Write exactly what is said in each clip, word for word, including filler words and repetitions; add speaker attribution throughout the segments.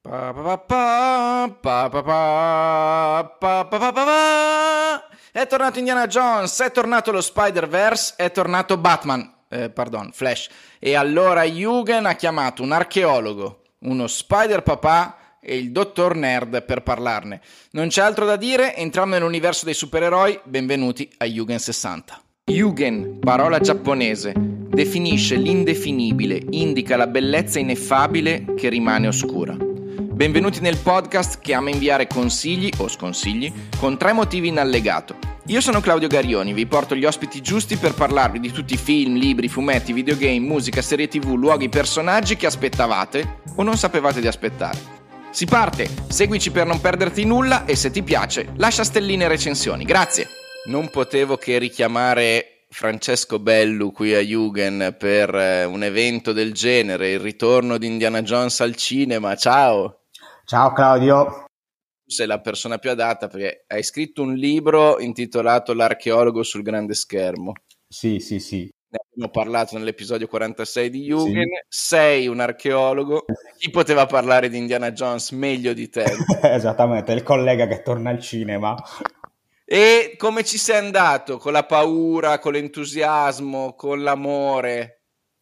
Speaker 1: Pa, pa, pa, pa, pa, pa, pa, pa, pa, pa, pa. È tornato Indiana Jones, è tornato lo Spider-Verse, è tornato Batman, eh, pardon, Flash. E allora Jürgen ha chiamato un archeologo, uno Spider-Papà e il dottor Nerd per parlarne. Non c'è altro da dire, entriamo nell'universo dei supereroi, benvenuti a Jürgen sessanta. Jürgen, parola giapponese, definisce l'indefinibile, indica la bellezza ineffabile che rimane oscura. Benvenuti nel podcast che ama inviare consigli o sconsigli con tre motivi in allegato. Io sono Claudio Garioni, vi porto gli ospiti giusti per parlarvi di tutti i film, libri, fumetti, videogame, musica, serie tv, luoghi, personaggi che aspettavate o non sapevate di aspettare. Si parte, seguici per non perderti nulla e se ti piace lascia stelline e recensioni, grazie! Non potevo che richiamare Francesco Bellu qui a Jürgen per un evento del genere, il ritorno di Indiana Jones al cinema, ciao!
Speaker 2: Ciao Claudio!
Speaker 1: Sei la persona più adatta perché hai scritto un libro intitolato L'archeologo sul grande schermo.
Speaker 2: Sì, sì, sì.
Speaker 1: Ne abbiamo parlato nell'episodio quarantasei di Jürgen,
Speaker 2: Sì.
Speaker 1: Sei un archeologo, chi poteva parlare di Indiana Jones meglio di te?
Speaker 2: Esattamente, il collega che torna al cinema.
Speaker 1: E come ci sei andato? Con la paura, con l'entusiasmo, con l'amore?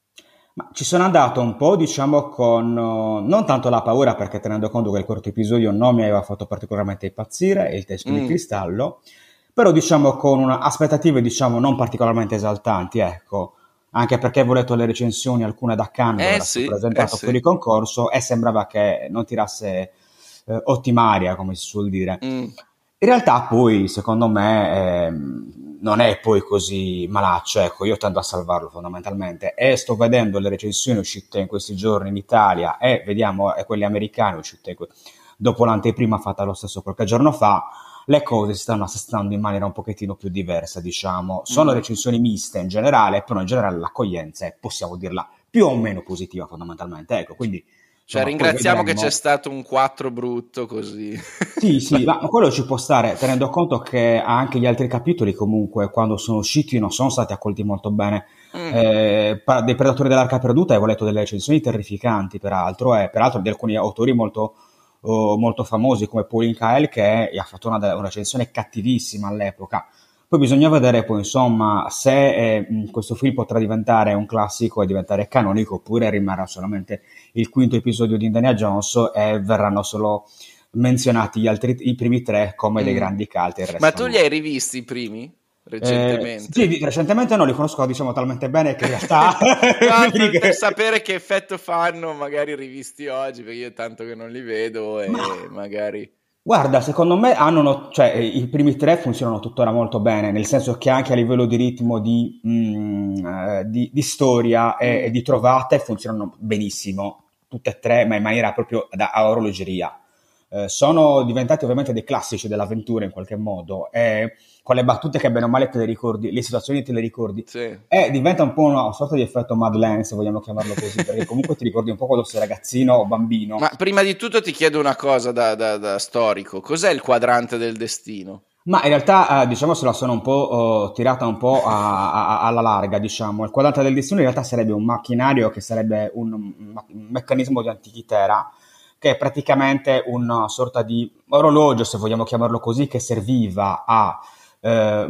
Speaker 2: Ma ci sono andato un po', diciamo, con uh, non tanto la paura, perché tenendo conto che il quarto episodio non mi aveva fatto particolarmente impazzire, il testo mm. di cristallo, però diciamo con una aspettative, diciamo, non particolarmente esaltanti, ecco, anche perché avevo letto le recensioni, alcune da Cannes,
Speaker 1: eh
Speaker 2: era
Speaker 1: sì,
Speaker 2: presentato
Speaker 1: eh
Speaker 2: fuori
Speaker 1: sì.
Speaker 2: concorso e sembrava che non tirasse eh, ottima aria, come si suol dire.
Speaker 1: Mm.
Speaker 2: In realtà poi, secondo me, ehm, non è poi così malaccio, ecco, io tendo a salvarlo fondamentalmente e sto vedendo le recensioni uscite in questi giorni in Italia e vediamo e quelle americane uscite que- dopo l'anteprima fatta lo stesso qualche giorno fa, le cose si stanno assestando in maniera un pochettino più diversa, diciamo. Sono mm. recensioni miste in generale, però in generale l'accoglienza è, possiamo dirla, più o meno positiva fondamentalmente, ecco, quindi...
Speaker 1: Cioè, insomma, ringraziamo che c'è stato un quattro brutto così.
Speaker 2: Sì, sì, ma quello ci può stare, tenendo conto che anche gli altri capitoli comunque quando sono usciti non sono stati accolti molto bene. Mm. Eh, dei Predatori dell'Arca Perduta avevo letto delle recensioni terrificanti, peraltro, e peraltro di alcuni autori molto, oh, molto famosi come Pauline Kael, che ha fatto una, una recensione cattivissima all'epoca. Poi bisogna vedere poi insomma se eh, questo film potrà diventare un classico e diventare canonico oppure rimarrà solamente il quinto episodio di Indiana Jones e verranno solo menzionati gli altri, i primi tre come mm. dei grandi cult.
Speaker 1: Ma tu li hai rivisti i primi? Recentemente?
Speaker 2: Eh, sì, recentemente no, li conosco diciamo talmente bene che in realtà
Speaker 1: no, per, per sapere che effetto fanno magari rivisti oggi, perché io tanto che non li vedo e Ma... magari...
Speaker 2: Guarda, secondo me hanno, cioè, i primi tre funzionano tuttora molto bene, nel senso che anche a livello di ritmo, di, mm, eh, di, di storia e, e di trovate funzionano benissimo, tutte e tre, ma in maniera proprio da a orologeria. Eh, sono diventati ovviamente dei classici dell'avventura in qualche modo, e con le battute che bene o male te le ricordi, le situazioni te le ricordi,
Speaker 1: sì.
Speaker 2: E diventa un po' una, una sorta di effetto Madeleine, se vogliamo chiamarlo così, perché comunque ti ricordi un po' quando sei ragazzino o bambino.
Speaker 1: Ma prima di tutto ti chiedo una cosa da, da, da storico, cos'è il quadrante del destino?
Speaker 2: Ma in realtà, eh, diciamo, se la sono un po' oh, tirata un po' a, a, alla larga, diciamo. Il quadrante del destino in realtà sarebbe un macchinario che sarebbe un, un meccanismo di antichità, che è praticamente una sorta di orologio, se vogliamo chiamarlo così, che serviva a eh,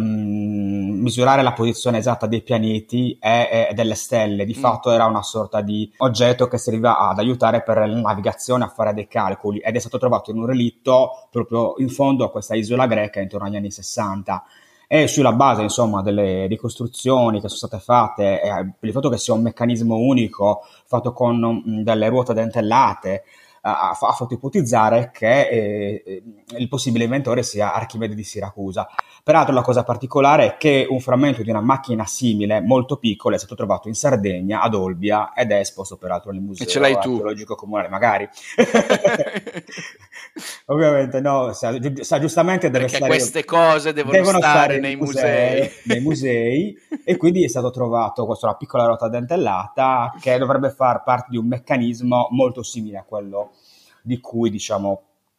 Speaker 2: mh, misurare la posizione esatta dei pianeti e, e delle stelle. Di mm. fatto era una sorta di oggetto che serviva ad aiutare per la navigazione, a fare dei calcoli, ed è stato trovato in un relitto proprio in fondo a questa isola greca intorno agli anni sessanta. E sulla base, insomma, delle ricostruzioni che sono state fatte, e per il fatto che sia un meccanismo unico fatto con mh, delle ruote dentellate, ha, ha fatto ipotizzare che eh, il possibile inventore sia Archimede di Siracusa. Peraltro la cosa particolare è che un frammento di una macchina simile, molto piccola, è stato trovato in Sardegna, ad Olbia, ed è esposto peraltro nel Museo Archeologico Comunale, magari. Ovviamente no, sa, sa, giustamente deve
Speaker 1: Perché
Speaker 2: stare,
Speaker 1: queste cose devono,
Speaker 2: devono
Speaker 1: stare,
Speaker 2: stare
Speaker 1: nei musei, musei.
Speaker 2: nei musei e quindi è stato trovato questa una piccola ruota dentellata che dovrebbe far parte di un meccanismo molto simile a quello di cui, diciamo,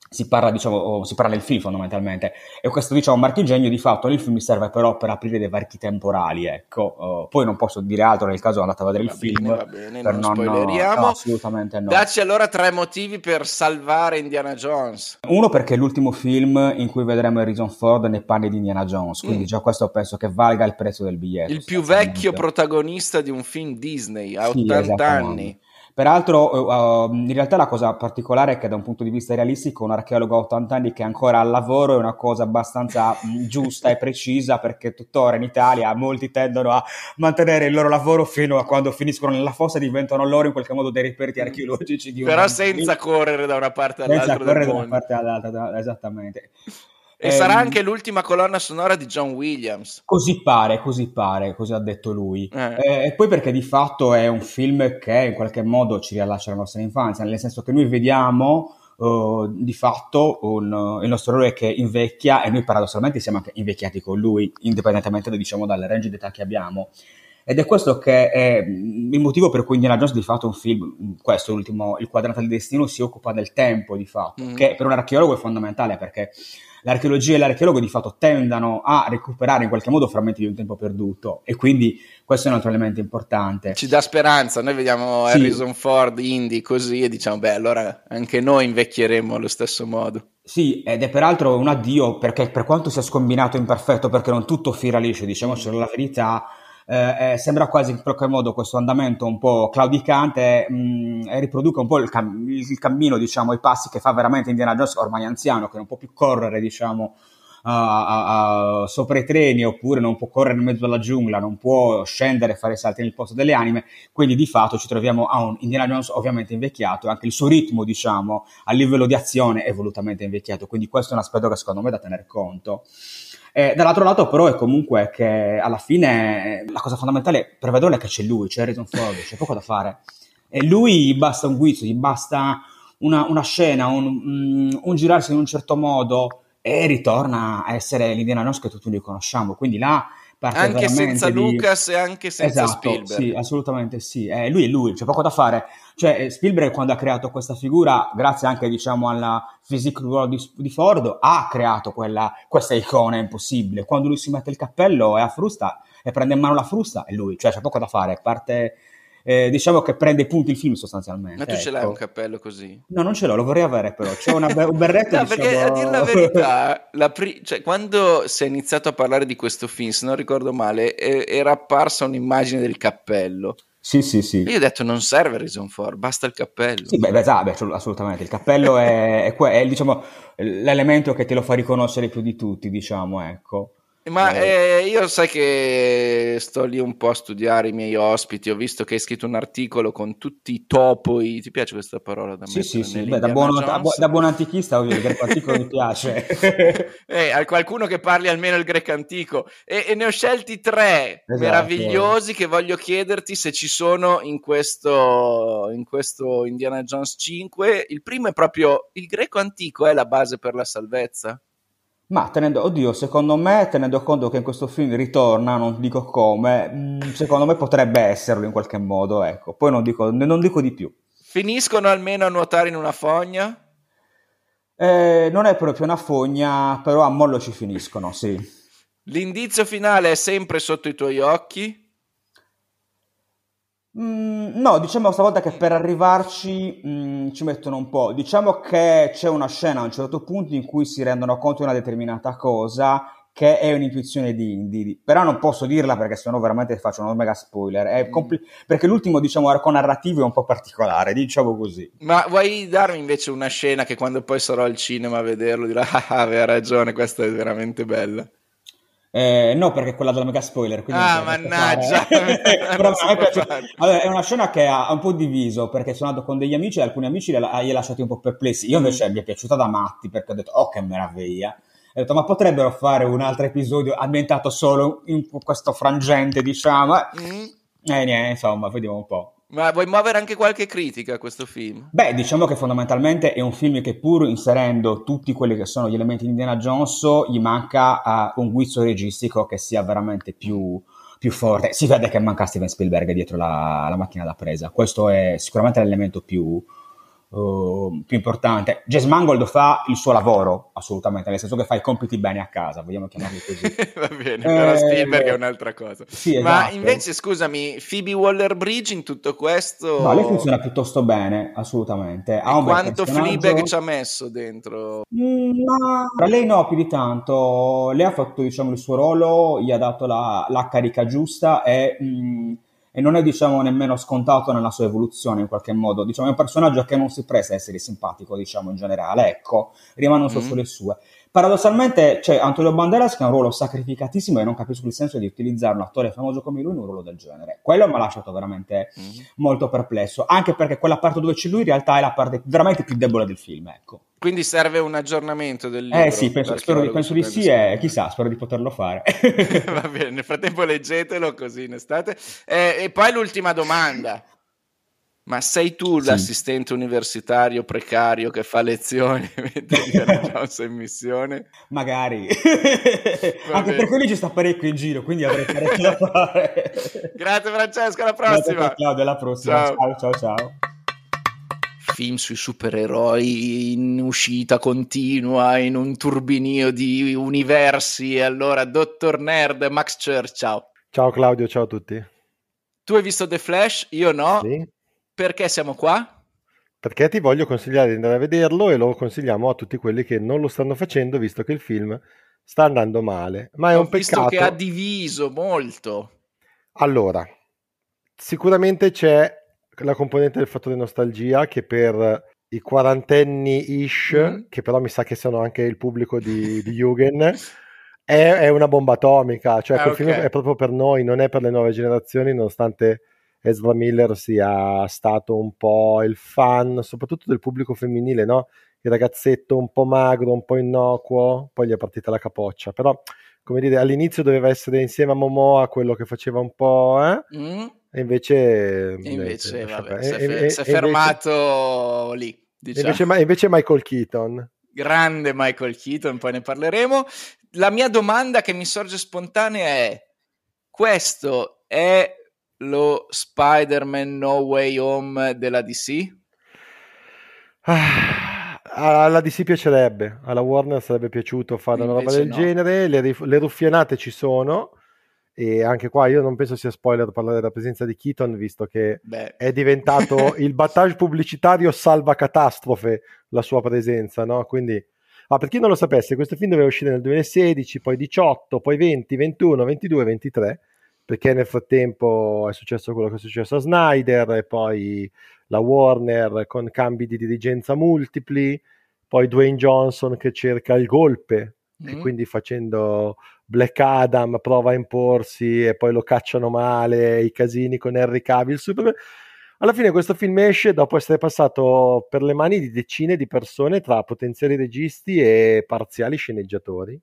Speaker 2: si parla, diciamo, o si parla del film fondamentalmente, e questo, diciamo, marchingegno di fatto nel film mi serve però per aprire dei varchi temporali, ecco. Uh, poi non posso dire altro, nel caso andate a vedere
Speaker 1: Va
Speaker 2: il
Speaker 1: bene,
Speaker 2: film,
Speaker 1: va bene,
Speaker 2: per
Speaker 1: non
Speaker 2: non... No,
Speaker 1: spoileriamo.
Speaker 2: assolutamente no.
Speaker 1: Dacci allora tre motivi per salvare Indiana Jones.
Speaker 2: Uno, perché è l'ultimo film in cui vedremo Harrison Ford nei panni di Indiana Jones, quindi
Speaker 1: Mm.
Speaker 2: già questo penso che valga il prezzo del biglietto,
Speaker 1: Il più vecchio
Speaker 2: sostanzialmente.
Speaker 1: protagonista di un film Disney, a
Speaker 2: Sì,
Speaker 1: ottanta
Speaker 2: esattamente.
Speaker 1: anni.
Speaker 2: Peraltro, uh, uh, in realtà la cosa particolare è che da un punto di vista realistico un archeologo a ottanta anni che è ancora al lavoro è una cosa abbastanza mh, giusta e precisa, perché tuttora in Italia molti tendono a mantenere il loro lavoro fino a quando finiscono nella fossa e diventano loro in qualche modo dei reperti
Speaker 1: Mm.
Speaker 2: archeologici di un
Speaker 1: Però
Speaker 2: domani,
Speaker 1: senza correre da una parte
Speaker 2: senza
Speaker 1: all'altra del
Speaker 2: correre da una
Speaker 1: mondo.
Speaker 2: parte all'altra, da- esattamente.
Speaker 1: E sarà
Speaker 2: Ehm,
Speaker 1: anche l'ultima colonna sonora di John Williams.
Speaker 2: Così pare, così pare, così ha detto lui.
Speaker 1: Eh.
Speaker 2: Eh, e poi perché di fatto è un film che in qualche modo ci riallaccia alla nostra infanzia, nel senso che noi vediamo eh, di fatto un- il nostro eroe che invecchia e noi paradossalmente siamo anche invecchiati con lui, indipendentemente diciamo, dalle range d'età che abbiamo. Ed è questo che è mm, il motivo per cui Indiana Jones di fatto è un film, mm, questo l'ultimo, il quadrante del destino, si occupa del tempo di fatto,
Speaker 1: Mhm.
Speaker 2: che per un archeologo è fondamentale, perché l'archeologia e l'archeologo di fatto tendano a recuperare in qualche modo frammenti di un tempo perduto, e quindi questo è un altro elemento importante.
Speaker 1: Ci dà speranza, noi vediamo
Speaker 2: Sì,
Speaker 1: Harrison Ford, Indy, così, e diciamo, beh, allora anche noi invecchieremo allo stesso modo.
Speaker 2: sì, ed è peraltro un addio perché per quanto sia scombinato e imperfetto, perché non tutto fila liscio, diciamoci
Speaker 1: Mm.
Speaker 2: la verità, eh, eh, sembra quasi in qualche modo questo andamento un po' claudicante mh, e riproduca un po' il, cam- il cammino, diciamo, i passi che fa veramente Indiana Jones ormai anziano, che non può più correre, diciamo, a- a- a- sopra i treni, oppure non può correre in mezzo alla giungla, non può scendere e fare salti nel posto delle anime, quindi di fatto ci troviamo a un Indiana Jones ovviamente invecchiato, anche il suo ritmo, diciamo, a livello di azione è volutamente invecchiato, quindi questo è un aspetto che secondo me è da tener conto. Eh, dall'altro lato però è comunque che alla fine la cosa fondamentale per vedere è che c'è lui, c'è Harrison Ford, c'è poco da fare. E lui gli basta un guizzo, gli basta una, una scena, un, un, un girarsi in un certo modo e ritorna a essere l'Indiana Jones che tutti noi conosciamo. Quindi là parte
Speaker 1: Anche senza
Speaker 2: veramente di...
Speaker 1: Lucas e anche senza
Speaker 2: Esatto, sì,
Speaker 1: Spielberg.
Speaker 2: assolutamente sì. Eh, lui è lui, c'è poco da fare. Cioè, eh, Spielberg quando ha creato questa figura, grazie anche, diciamo, alla physique ruolo di, di Ford, ha creato quella, questa icona impossibile. Quando lui si mette il cappello e ha frusta, e prende in mano la frusta, è lui. Cioè, c'è poco da fare. Parte, eh, diciamo che prende i punti il film
Speaker 1: Ma
Speaker 2: sostanzialmente,
Speaker 1: tu ce l'hai un
Speaker 2: ecco.
Speaker 1: cappello così?
Speaker 2: No, non ce l'ho, lo vorrei avere però. C'è una be- un berretto,
Speaker 1: No, perché a dire la
Speaker 2: diciamo...
Speaker 1: verità, la pri- cioè, quando si è iniziato a parlare di questo film, se non ricordo male, e- era apparsa un'immagine del cappello.
Speaker 2: Sì, sì,
Speaker 1: E
Speaker 2: sì.
Speaker 1: io ho detto non serve Harrison Ford, basta il cappello.
Speaker 2: Sì, beh, beh, sa- beh, assolut- assolutamente. Il cappello è, è que- è, diciamo, l'elemento che te lo fa riconoscere più di tutti, diciamo, ecco.
Speaker 1: Ma
Speaker 2: Eh,
Speaker 1: eh, io sai che sto lì un po' a studiare i miei ospiti, ho visto che hai scritto un articolo con tutti i topoi, ti piace questa parola da
Speaker 2: sì, sì,
Speaker 1: mettere
Speaker 2: sì. Beh, da
Speaker 1: nell'Indiana
Speaker 2: buono, da, bu-
Speaker 1: Jones?
Speaker 2: da buon antichista, ovvio, il greco antico mi piace.
Speaker 1: Eh, hai qualcuno che parli almeno il greco antico e, e ne ho scelti tre
Speaker 2: Esatto.
Speaker 1: meravigliosi che voglio chiederti se ci sono in questo, in questo Indiana Jones cinque. Il primo è proprio il greco antico è la base per la salvezza?
Speaker 2: Ma tenendo, oddio, secondo me, tenendo conto che in questo film ritorna, non dico come, mh, secondo me potrebbe esserlo in qualche modo, ecco. Poi non dico, non dico di più.
Speaker 1: Finiscono almeno a nuotare in una fogna?
Speaker 2: Eh, non è proprio una fogna, però a mollo ci finiscono, sì.
Speaker 1: L'indizio finale è sempre sotto i tuoi occhi?
Speaker 2: Mm, no, diciamo stavolta che per arrivarci mm, ci mettono un po'. Diciamo che c'è una scena a un certo punto in cui si rendono conto di una determinata cosa che è un'intuizione di, di- di- però non posso dirla perché sennò veramente faccio un mega spoiler. È
Speaker 1: Mm.
Speaker 2: compli- perché l'ultimo, diciamo, arco narrativo è un po' particolare, diciamo così.
Speaker 1: Ma vuoi darmi invece una scena che quando poi sarò al cinema a vederlo dirò ah, ah, aveva ragione, questa è veramente bella.
Speaker 2: Eh, no, perché è quella della mega spoiler, quindi non te
Speaker 1: Ah,
Speaker 2: la posso
Speaker 1: mannaggia,
Speaker 2: fare. Però
Speaker 1: non
Speaker 2: a
Speaker 1: si
Speaker 2: me
Speaker 1: può
Speaker 2: piace.
Speaker 1: fare.
Speaker 2: Allora, è una scena che ha ha un po' diviso, perché sono andato con degli amici e alcuni amici li ha li ha lasciati un po' perplessi. Io
Speaker 1: Mm.
Speaker 2: invece mi è piaciuta da matti, perché ho detto, oh che meraviglia. Ho detto, ma potrebbero fare un altro episodio ambientato solo in questo frangente, diciamo.
Speaker 1: Mm.
Speaker 2: E niente, insomma, vediamo un po'.
Speaker 1: Ma vuoi muovere anche qualche critica a questo film?
Speaker 2: Beh, diciamo che fondamentalmente è un film che pur inserendo tutti quelli che sono gli elementi di Indiana Jones, gli manca uh, un guizzo registico che sia veramente più, più forte. Si vede che manca Steven Spielberg dietro la, la macchina da presa. Questo è sicuramente l'elemento più, uh, più importante. James Mangold fa il suo lavoro, assolutamente, nel senso che fa i compiti bene a casa, vogliamo chiamarli così.
Speaker 1: Va bene,
Speaker 2: Eh,
Speaker 1: però Spielberg è un'altra cosa.
Speaker 2: Sì,
Speaker 1: Ma
Speaker 2: esatto.
Speaker 1: invece, scusami, Phoebe Waller-Bridge in tutto questo...
Speaker 2: No, lei funziona piuttosto bene, assolutamente.
Speaker 1: E
Speaker 2: Ha un bel
Speaker 1: quanto Fleabag
Speaker 2: personaggio.
Speaker 1: ci ha messo dentro?
Speaker 2: Mm, ma per lei no, più di tanto. Lei ha fatto, diciamo, il suo ruolo, gli ha dato la, la carica giusta e, mm, e non è, diciamo, nemmeno scontato nella sua evoluzione in qualche modo. Diciamo, è un personaggio che non si presta a essere simpatico, diciamo, in generale. Ecco, rimangono solo
Speaker 1: Mm?
Speaker 2: le sue. Paradossalmente c'è Antonio Banderas che ha un ruolo sacrificatissimo e non capisco il senso di utilizzare un attore famoso come lui in un ruolo del genere. Quello mi ha lasciato veramente
Speaker 1: Mm.
Speaker 2: molto perplesso, anche perché quella parte dove c'è lui in realtà è la parte veramente più debole del film, ecco.
Speaker 1: Quindi serve un aggiornamento del
Speaker 2: Eh
Speaker 1: libro,
Speaker 2: sì, penso, spero, di-
Speaker 1: l'archeologo
Speaker 2: penso di
Speaker 1: supremo
Speaker 2: sì e
Speaker 1: secondo me.
Speaker 2: chissà, spero di poterlo fare.
Speaker 1: Va bene, nel frattempo leggetelo così in estate. Eh, e poi l'ultima domanda. Ma sei tu
Speaker 2: Sì.
Speaker 1: l'assistente universitario precario che fa lezioni mentre Indiana Jones è in missione?
Speaker 2: Magari.
Speaker 1: Va
Speaker 2: Anche
Speaker 1: bene.
Speaker 2: perché lui ci sta parecchio in giro, quindi avrei parecchio da fare.
Speaker 1: Grazie Francesco, alla
Speaker 2: Grazie a
Speaker 1: prossima.
Speaker 2: te, Claudio, alla prossima.
Speaker 1: Ciao.
Speaker 2: Ciao, ciao, ciao.
Speaker 1: Film sui supereroi in uscita continua, in un turbinio di universi. E allora, Dottor Nerd, Max Church, ciao.
Speaker 3: Ciao Claudio, ciao a tutti.
Speaker 1: Tu hai visto The Flash? Io no.
Speaker 3: Sì.
Speaker 1: Perché siamo qua?
Speaker 3: Perché ti voglio consigliare di andare a vederlo e lo consigliamo a tutti quelli che non lo stanno facendo, visto che il film sta andando male. Ma è
Speaker 1: Ho
Speaker 3: un
Speaker 1: visto
Speaker 3: peccato.
Speaker 1: che ha diviso molto.
Speaker 3: Allora, sicuramente c'è la componente del fattore nostalgia che per i quarantenni-ish,
Speaker 1: Mm.
Speaker 3: che però mi sa che sono anche il pubblico di, di Jugend, è, è una bomba atomica. Cioè,
Speaker 1: Ah,
Speaker 3: quel
Speaker 1: ok.
Speaker 3: film è proprio per noi, non è per le nuove generazioni, nonostante Ezra Miller sia stato un po' il fan, soprattutto del pubblico femminile, no? Il ragazzetto un po' magro, un po' innocuo, poi gli è partita la capoccia. Però, come dire, all'inizio doveva essere insieme a Momoa quello che faceva un po', eh?
Speaker 1: Mm.
Speaker 3: E invece...
Speaker 1: E invece,
Speaker 3: lascia
Speaker 1: vabbè,
Speaker 3: perdere.
Speaker 1: si è,
Speaker 3: E-
Speaker 1: fe-
Speaker 3: e-
Speaker 1: si è
Speaker 3: e invece-
Speaker 1: fermato lì,
Speaker 3: e
Speaker 1: diciamo.
Speaker 3: invece, ma- invece Michael Keaton.
Speaker 1: Grande Michael Keaton, poi ne parleremo. La mia domanda che mi sorge spontanea è: questo è lo Spider-Man No Way Home della D C?
Speaker 3: Ah, alla D C piacerebbe, alla Warner sarebbe piaciuto fare una roba
Speaker 1: Invece
Speaker 3: del
Speaker 1: no.
Speaker 3: genere, le, rif- le ruffianate ci sono e anche qua io non penso sia spoiler parlare della presenza di Keaton, visto che
Speaker 1: Beh.
Speaker 3: è diventato il battage pubblicitario salva catastrofe la sua presenza, no? Quindi, ah, per chi non lo sapesse, questo film doveva uscire nel duemilasedici, poi diciotto, poi venti, ventuno, ventidue, ventitré, perché nel frattempo è successo quello che è successo a Snyder e poi la Warner con cambi di dirigenza multipli, poi Dwayne Johnson che cerca il golpe
Speaker 1: Mm.
Speaker 3: e quindi facendo Black Adam prova a imporsi e poi lo cacciano male, i casini con Henry Cavill, Superman. Alla fine questo film esce dopo essere passato per le mani di decine di persone tra potenziali registi e parziali sceneggiatori,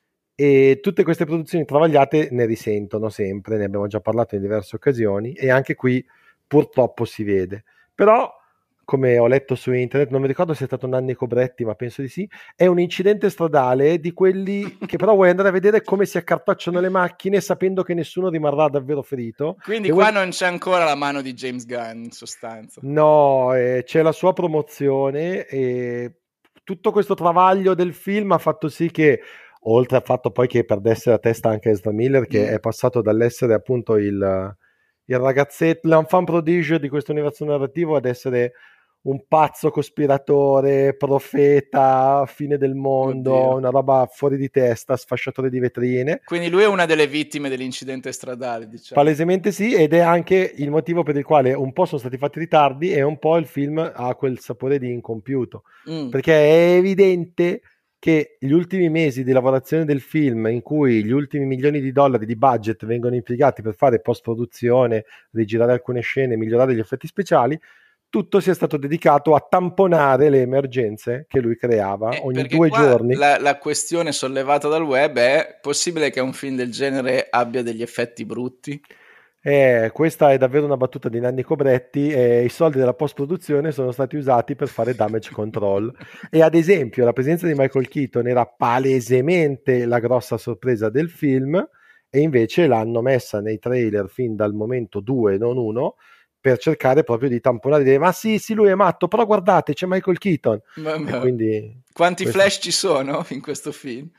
Speaker 3: e tutte queste produzioni travagliate ne risentono sempre, ne abbiamo già parlato in diverse occasioni e anche qui purtroppo si vede. Però, come ho letto su internet, non mi ricordo se è stato Nanni Cobretti, ma penso di sì, è un incidente stradale di quelli che però vuoi andare a vedere come si accartocciano le macchine sapendo che nessuno rimarrà davvero ferito.
Speaker 1: Quindi
Speaker 3: E
Speaker 1: qua
Speaker 3: vuoi...
Speaker 1: non c'è ancora la mano di James Gunn, in sostanza.
Speaker 3: No, eh, c'è la sua promozione e tutto questo travaglio del film ha fatto sì che, oltre al fatto poi che perdesse la testa anche Ezra Miller, che
Speaker 1: Mm.
Speaker 3: è passato dall'essere appunto il, il ragazzetto, l'enfant prodige di questo universo narrativo ad essere un pazzo cospiratore, profeta, fine del mondo,
Speaker 1: Oddio.
Speaker 3: una roba fuori di testa, sfasciatore di vetrine.
Speaker 1: Quindi lui è una delle vittime dell'incidente stradale, diciamo.
Speaker 3: Palesemente sì, ed è anche il motivo per il quale un po' sono stati fatti ritardi e un po' il film ha quel sapore di incompiuto,
Speaker 1: Mm.
Speaker 3: perché è evidente che gli ultimi mesi di lavorazione del film, in cui gli ultimi milioni di dollari di budget vengono impiegati per fare post-produzione, rigirare alcune scene, migliorare gli effetti speciali, tutto sia stato dedicato a tamponare le emergenze che lui creava
Speaker 1: Eh,
Speaker 3: ogni
Speaker 1: perché
Speaker 3: due
Speaker 1: qua
Speaker 3: giorni.
Speaker 1: La, la questione sollevata dal web è: possibile che un film del genere abbia degli effetti brutti?
Speaker 3: Eh, questa è davvero una battuta di Nanni Cobretti e i soldi della post-produzione sono stati usati per fare damage control. E ad esempio la presenza di Michael Keaton era palesemente la grossa sorpresa del film e invece l'hanno messa nei trailer fin dal momento due, non uno, per cercare proprio di tamponare, di dire, ma sì, sì, lui è matto, però guardate, c'è Michael Keaton.
Speaker 1: Vabbè.
Speaker 3: Quindi,
Speaker 1: quanti
Speaker 3: questo...
Speaker 1: Flash ci sono in questo film?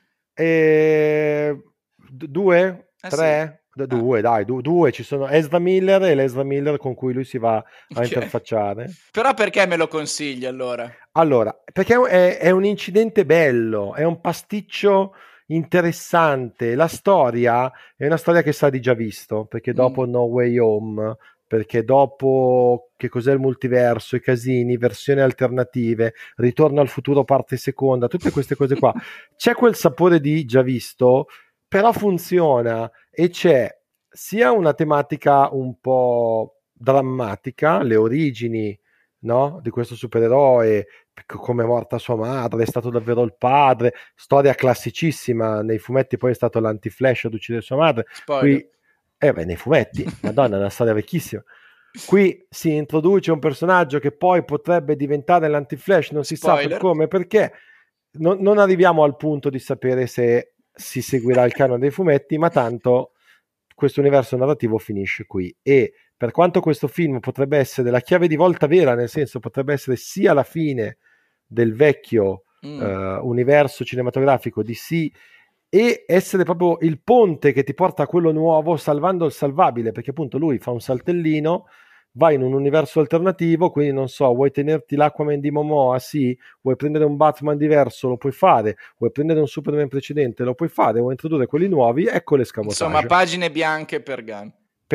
Speaker 3: E... due?
Speaker 1: Ah,
Speaker 3: tre?
Speaker 1: sì?
Speaker 3: Due, ah. dai, du- due. Ci sono Ezra Miller e l'Ezra Miller con cui lui si va a
Speaker 1: okay.
Speaker 3: interfacciare.
Speaker 1: Però perché me lo consigli allora?
Speaker 3: Allora, perché è, è un incidente bello, è un pasticcio interessante. La storia è una storia che sa di già visto, perché dopo mm. No Way Home, perché dopo che cos'è il multiverso, i casini, versioni alternative, Ritorno al futuro parte seconda, tutte queste cose qua, c'è quel sapore di già visto, però funziona e c'è sia una tematica un po' drammatica, le origini, no? Di questo supereroe, come è morta sua madre, è stato davvero il padre, storia classicissima, nei fumetti poi è stato l'anti-Flash ad uccidere sua madre.
Speaker 1: Spoiler.
Speaker 3: Qui, eh beh, nei fumetti, madonna, è una storia vecchissima. Qui si introduce un personaggio che poi potrebbe diventare l'anti-Flash, non si Spoiler. sa per come, perché non, non arriviamo al punto di sapere se si seguirà il canone dei fumetti, ma tanto questo universo narrativo finisce qui. E per quanto questo film potrebbe essere la chiave di volta vera, nel senso potrebbe essere sia la fine del vecchio mm. uh, universo cinematografico D C e essere proprio il ponte che ti porta a quello nuovo, salvando il salvabile, perché appunto lui fa un saltellino, va in un universo alternativo, quindi non so, vuoi tenerti l'Aquaman di Momoa? Sì. Vuoi prendere un Batman diverso? Lo puoi fare. Vuoi prendere un Superman precedente? Lo puoi fare. Vuoi introdurre quelli nuovi? Ecco l'escamotage.
Speaker 1: Insomma, pagine bianche per Gunn.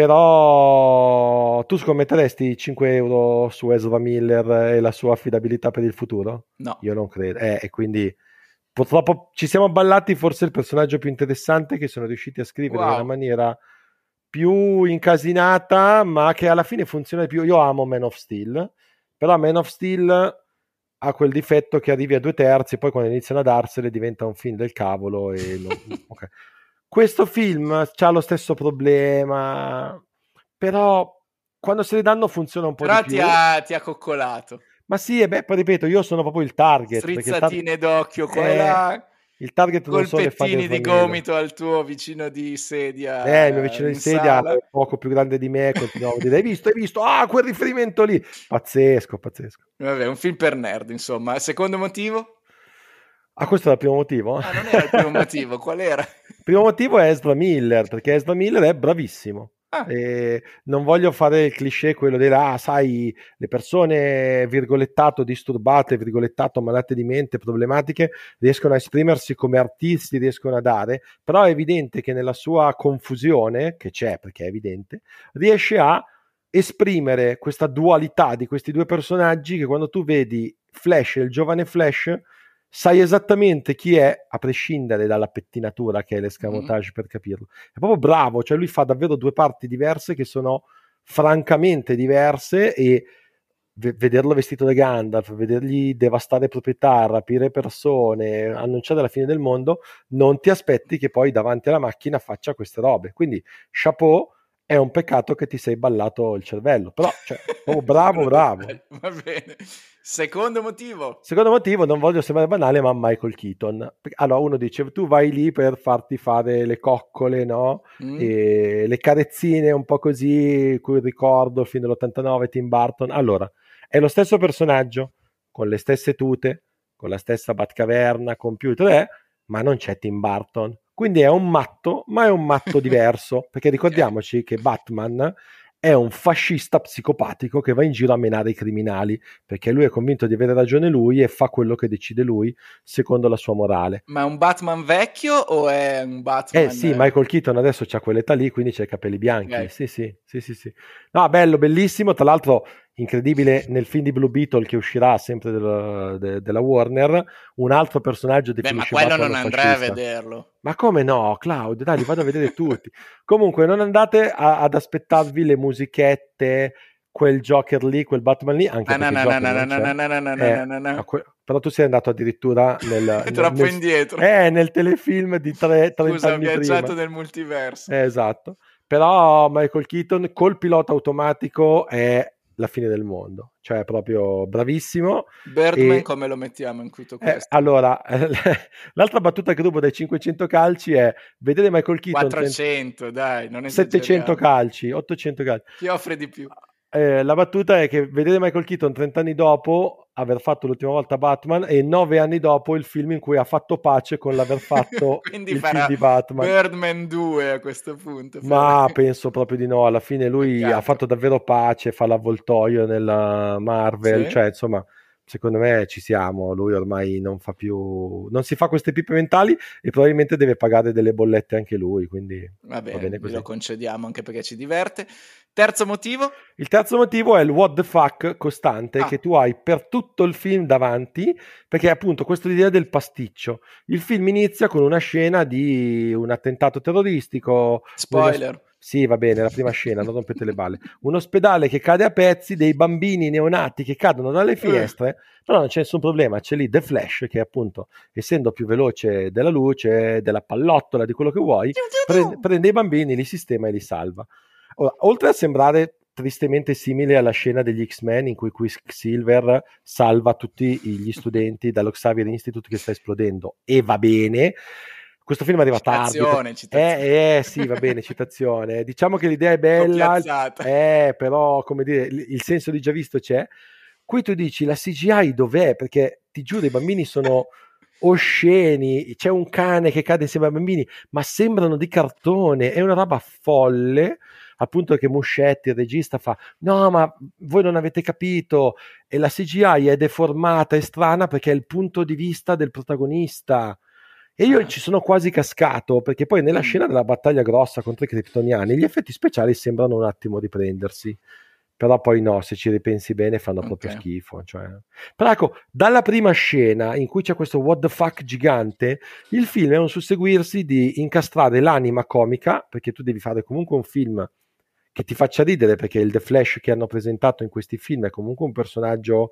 Speaker 3: Però tu scommetteresti cinque euro su Ezra Miller e la sua affidabilità per il futuro?
Speaker 1: No.
Speaker 3: Io non credo. Eh, e quindi purtroppo ci siamo ballati forse il personaggio più interessante che sono riusciti a scrivere wow. in una maniera più incasinata, ma che alla fine funziona di più. Io amo Man of Steel, però Man of Steel ha quel difetto che arrivi a due terzi, poi quando iniziano a darsele diventa un film del cavolo. E non... okay. Questo film ha lo stesso problema, però quando se li danno funziona un po'
Speaker 1: però
Speaker 3: di più.
Speaker 1: Però ti ha, ti ha coccolato.
Speaker 3: Ma sì, e beh, poi ripeto, io sono proprio il target.
Speaker 1: Strizzatine
Speaker 3: il tar-
Speaker 1: d'occhio qua
Speaker 3: eh,
Speaker 1: e là.
Speaker 3: Il target non sono le
Speaker 1: colpettini di gomito al tuo vicino di sedia.
Speaker 3: Eh, il mio vicino di sedia è poco più grande di me, continuavo a dire, hai visto, hai visto? Ah, quel riferimento lì! Pazzesco, pazzesco.
Speaker 1: Vabbè, un film per nerd, insomma. Secondo motivo?
Speaker 3: Ah, questo era il primo motivo?
Speaker 1: Ah, non era il primo motivo, qual era?
Speaker 3: Il primo motivo è Ezra Miller, perché Ezra Miller è bravissimo. Ah. E non voglio fare il cliché quello di ah, sai, le persone virgolettato disturbate, virgolettato malate di mente, problematiche, riescono a esprimersi come artisti, riescono a dare, però è evidente che nella sua confusione, che c'è perché è evidente, riesce a esprimere questa dualità di questi due personaggi che quando tu vedi Flash e il giovane Flash sai esattamente chi è, a prescindere dalla pettinatura che è l'escamotage mm. per capirlo. È proprio bravo, cioè lui fa davvero due parti diverse che sono francamente diverse e v- vederlo vestito da Gandalf, vedergli devastare proprietà, rapire persone, annunciare la fine del mondo, non ti aspetti che poi davanti alla macchina faccia queste robe. Quindi, chapeau, è un peccato che ti sei ballato il cervello, però cioè, oh, bravo, bravo.
Speaker 1: Va bene. Secondo motivo.
Speaker 3: Secondo motivo, non voglio sembrare banale, ma Michael Keaton. Allora uno dice, tu vai lì per farti fare le coccole, no? Mm. E le carezzine un po' così, cui ricordo il film dell'ottantanove, Tim Burton. Allora, è lo stesso personaggio, con le stesse tute, con la stessa Batcaverna, computer, eh, ma non c'è Tim Burton. Quindi è un matto, ma è un matto diverso, perché ricordiamoci okay. che Batman è un fascista psicopatico che va in giro a menare i criminali, perché lui è convinto di avere ragione lui e fa quello che decide lui, secondo la sua morale.
Speaker 1: Ma è un Batman vecchio o è un Batman...
Speaker 3: Eh sì, Michael Keaton adesso c'ha quell'età lì, quindi c'ha i capelli bianchi. Okay. Sì, sì, sì, sì, sì. No, bello, bellissimo, tra l'altro... incredibile, nel film di Blue Beetle che uscirà sempre della, de, della Warner, un altro personaggio definisce
Speaker 1: Beh, ma quello
Speaker 3: Batman
Speaker 1: non andrei
Speaker 3: fascista.
Speaker 1: a vederlo.
Speaker 3: Ma come no, Claudio? Dai, li vado a vedere tutti. Comunque non andate a, ad aspettarvi le musichette, quel Joker lì, quel Batman lì, anche perché però tu sei andato addirittura nel, nel
Speaker 1: troppo
Speaker 3: nel,
Speaker 1: indietro.
Speaker 3: Eh, nel telefilm di tre, trenta
Speaker 1: Scusa,
Speaker 3: anni
Speaker 1: ho viaggiato
Speaker 3: prima.
Speaker 1: nel multiverso.
Speaker 3: Eh, esatto. Però Michael Keaton col pilota automatico è la fine del mondo, cioè è proprio bravissimo.
Speaker 1: Birdman
Speaker 3: e,
Speaker 1: come lo mettiamo in tutto questo?
Speaker 3: Eh, allora, l'altra battuta che rubo dai cinquecento calci è vedere Michael Keaton
Speaker 1: quattrocento, dai, non
Speaker 3: settecento calci, ottocento calci.
Speaker 1: Chi offre di più?
Speaker 3: eh, la battuta è che vedere Michael Keaton trenta anni dopo aver fatto l'ultima volta Batman e nove anni dopo il film in cui ha fatto pace con l'aver fatto
Speaker 1: Quindi
Speaker 3: il
Speaker 1: farà
Speaker 3: film di Batman.
Speaker 1: Birdman due a questo punto.
Speaker 3: Ma penso proprio di no, alla fine lui
Speaker 1: Peccato.
Speaker 3: ha fatto davvero pace, fa l'avvoltoio nella Marvel,
Speaker 1: Sì.
Speaker 3: cioè insomma secondo me ci siamo, lui ormai non fa più, non si fa queste pippe mentali e probabilmente deve pagare delle bollette anche lui, quindi
Speaker 1: va bene,
Speaker 3: va bene così.
Speaker 1: lo concediamo anche perché ci diverte. Terzo motivo?
Speaker 3: Il terzo motivo è il what the fuck costante
Speaker 1: Ah.
Speaker 3: che tu hai per tutto il film davanti, perché è appunto questa idea del pasticcio. Il film inizia con una scena di un attentato terroristico.
Speaker 1: Spoiler.
Speaker 3: Uno... Sì, va bene, la prima scena, non rompete le balle. Un ospedale che cade a pezzi, dei bambini neonati che cadono dalle finestre, però non c'è nessun problema, c'è lì The Flash che appunto, essendo più veloce della luce, della pallottola, di quello che vuoi, prende, prende i bambini, li sistema e li salva. Ora, oltre a sembrare tristemente simile alla scena degli X-Men in cui Quicksilver salva tutti gli studenti dallo Xavier Institute che sta esplodendo, e va bene, questo film arriva
Speaker 1: citazione,
Speaker 3: tardi.
Speaker 1: Citazione.
Speaker 3: Eh, eh sì, va bene, citazione. Diciamo che l'idea è bella, eh, però come dire, il senso di già visto c'è. Qui tu dici, la C G I dov'è? Perché ti giuro, i bambini sono osceni, c'è un cane che cade insieme ai bambini, ma sembrano di cartone, è una roba folle, appunto che Muschietti, il regista, fa, no ma voi non avete capito, e la C G I è deformata e strana perché è il punto di vista del protagonista. E io ci sono quasi cascato, perché poi nella scena della battaglia grossa contro i kryptoniani gli effetti speciali sembrano un attimo riprendersi, però poi no, se ci ripensi bene fanno okay. proprio schifo, cioè. Però ecco, dalla prima scena in cui c'è questo what the fuck gigante, il film è un susseguirsi di incastrare l'anima comica, perché tu devi fare comunque un film che ti faccia ridere, perché il The Flash che hanno presentato in questi film è comunque un personaggio